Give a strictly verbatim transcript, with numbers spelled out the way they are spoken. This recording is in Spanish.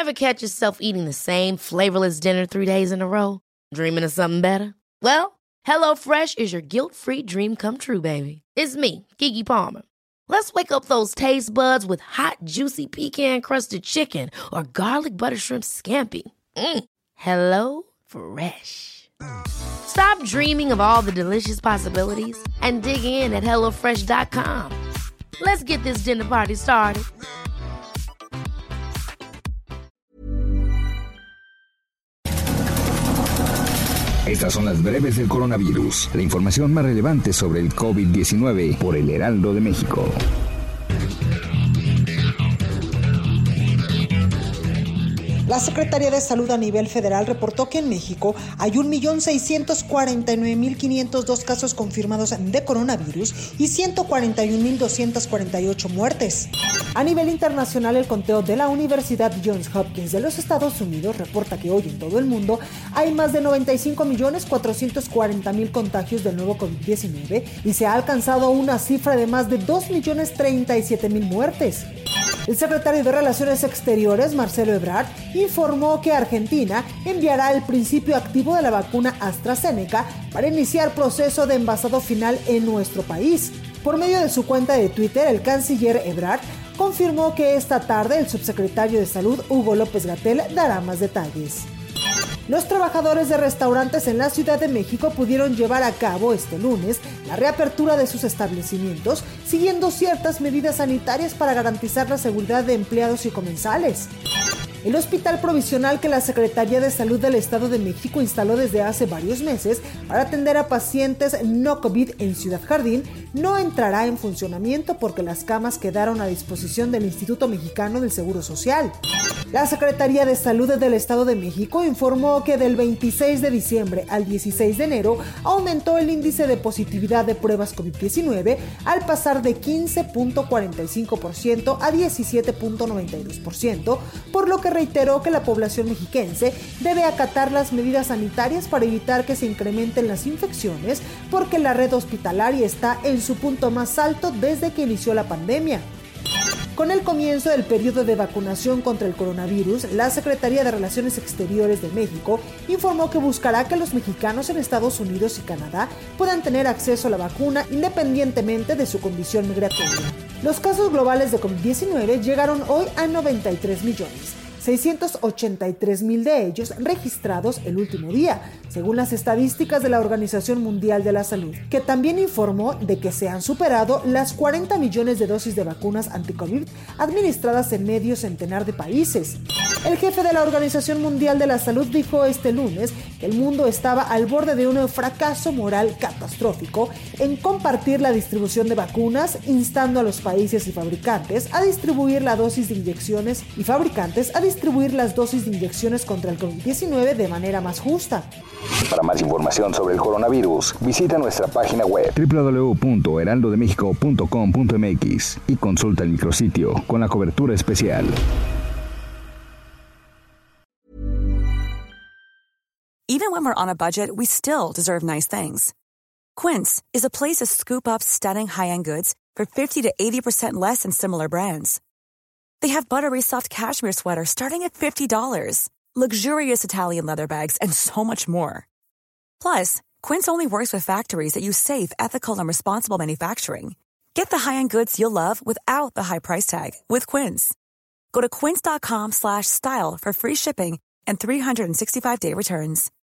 Ever catch yourself eating the same flavorless dinner three days in a row? Dreaming of something better? Well, HelloFresh is your guilt-free dream come true, baby. It's me, Keke Palmer. Let's wake up those taste buds with hot, juicy pecan-crusted chicken or garlic butter shrimp scampi. Mm. Hello Fresh. Stop dreaming of all the delicious possibilities and dig in at hello fresh dot com. Let's get this dinner party started. Estas son las breves del coronavirus, la información más relevante sobre el COVID diecinueve por el Heraldo de México. La Secretaría de Salud a nivel federal reportó que en México hay un millón seiscientos cuarenta y nueve mil quinientos dos casos confirmados de coronavirus y ciento cuarenta y un mil doscientas cuarenta y ocho muertes. A nivel internacional, el conteo de la Universidad Johns Hopkins de los Estados Unidos reporta que hoy en todo el mundo hay más de noventa y cinco millones cuatrocientos cuarenta mil contagios del nuevo COVID diecinueve y se ha alcanzado una cifra de más de dos millones treinta y siete mil muertes. El secretario de Relaciones Exteriores, Marcelo Ebrard, informó que Argentina enviará el principio activo de la vacuna AstraZeneca para iniciar proceso de envasado final en nuestro país. Por medio de su cuenta de Twitter, el canciller Ebrard confirmó que esta tarde el subsecretario de Salud, Hugo López-Gatell, dará más detalles. Los trabajadores de restaurantes en la Ciudad de México pudieron llevar a cabo este lunes la reapertura de sus establecimientos, siguiendo ciertas medidas sanitarias para garantizar la seguridad de empleados y comensales. El hospital provisional que la Secretaría de Salud del Estado de México instaló desde hace varios meses para atender a pacientes no COVID en Ciudad Jardín no entrará en funcionamiento porque las camas quedaron a disposición del Instituto Mexicano del Seguro Social. La Secretaría de Salud del Estado de México informó que del veintiséis de diciembre al dieciséis de enero aumentó el índice de positividad de pruebas COVID diecinueve al pasar de quince punto cuarenta y cinco por ciento a diecisiete punto noventa y dos por ciento, por lo que reiteró que la población mexiquense debe acatar las medidas sanitarias para evitar que se incrementen las infecciones, porque la red hospitalaria está en su punto más alto desde que inició la pandemia. Con el comienzo del periodo de vacunación contra el coronavirus, la Secretaría de Relaciones Exteriores de México informó que buscará que los mexicanos en Estados Unidos y Canadá puedan tener acceso a la vacuna independientemente de su condición migratoria. Los casos globales de COVID diecinueve llegaron hoy a noventa y tres millones. seiscientos ochenta y tres mil de ellos registrados el último día, según las estadísticas de la Organización Mundial de la Salud, que también informó de que se han superado las cuarenta millones de dosis de vacunas anti-COVID administradas en medio centenar de países. El jefe de la Organización Mundial de la Salud dijo este lunes que el mundo estaba al borde de un fracaso moral catastrófico en compartir la distribución de vacunas, instando a los países y fabricantes a distribuir la dosis de inyecciones y fabricantes a distribuir las dosis de inyecciones contra el COVID diecinueve de manera más justa. Para más información sobre el coronavirus, visita nuestra página web doble u doble u doble u punto heraldo de méxico punto com punto m x y consulta el micrositio con la cobertura especial. Even when we're on a budget, we still deserve nice things. Quince is a place to scoop up stunning high-end goods for fifty to eighty percent less than similar brands. They have buttery soft cashmere sweaters starting at fifty dollars, luxurious Italian leather bags, and so much more. Plus, Quince only works with factories that use safe, ethical, and responsible manufacturing. Get the high-end goods you'll love without the high price tag with Quince. Go to quince dot com slash style for free shipping and three sixty-five day returns.